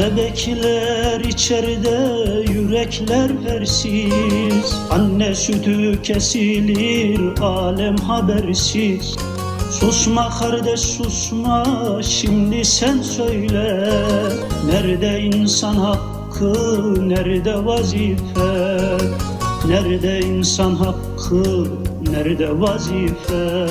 Bebekler içeride, yürekler persiz. Anne sütü kesilir, alem habersiz. Susma kardeş susma, şimdi sen söyle. Nerede insan hakkı, nerede vazife? Nerede insan hakkı, nerede vazife?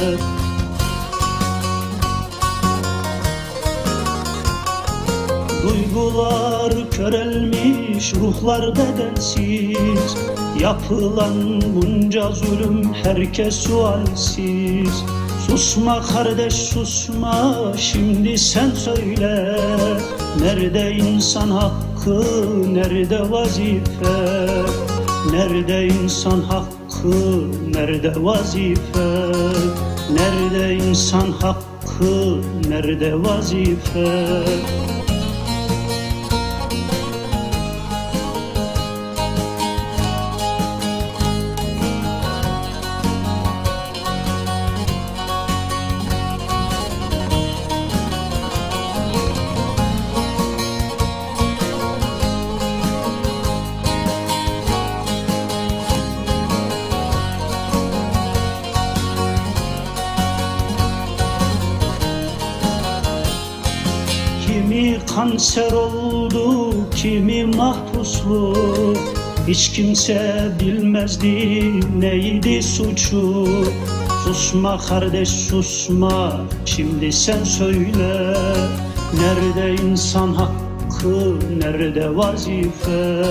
Duygular körelmiş, ruhlar bedensiz. Yapılan bunca zulüm, herkes sualsiz. Susma kardeş susma, şimdi sen söyle. Nerede insan hakkı, nerede vazife? Nerede insan hakkı, nerede vazife? Nerede insan hakkı, nerede vazife? Kimi kanser oldu, kimi mahpuslu. Hiç kimse bilmezdi neydi suçu. Susma kardeş susma, şimdi sen söyle. Nerede insan hakkı, nerede vazife?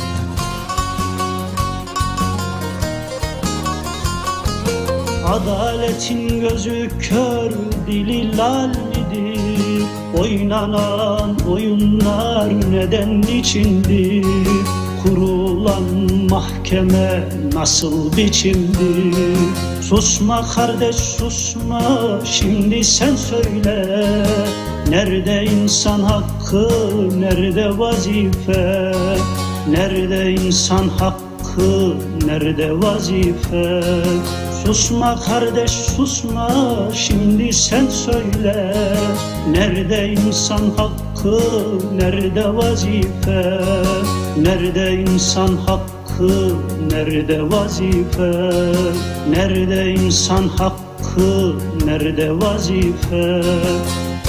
Adaletin gözü kör, dili lal midir? Oynanan oyunlar neden içindir? Kurulan mahkeme nasıl biçimdir? Susma kardeş susma, şimdi sen söyle. Nerede insan hakkı, nerede vazife? Nerede insan hakkı, nerede vazife? Susma kardeş susma, şimdi sen söyle. Nerede insan hakkı, nerede vazife? Nerede insan hakkı, nerede vazife? Nerede insan hakkı, nerede vazife?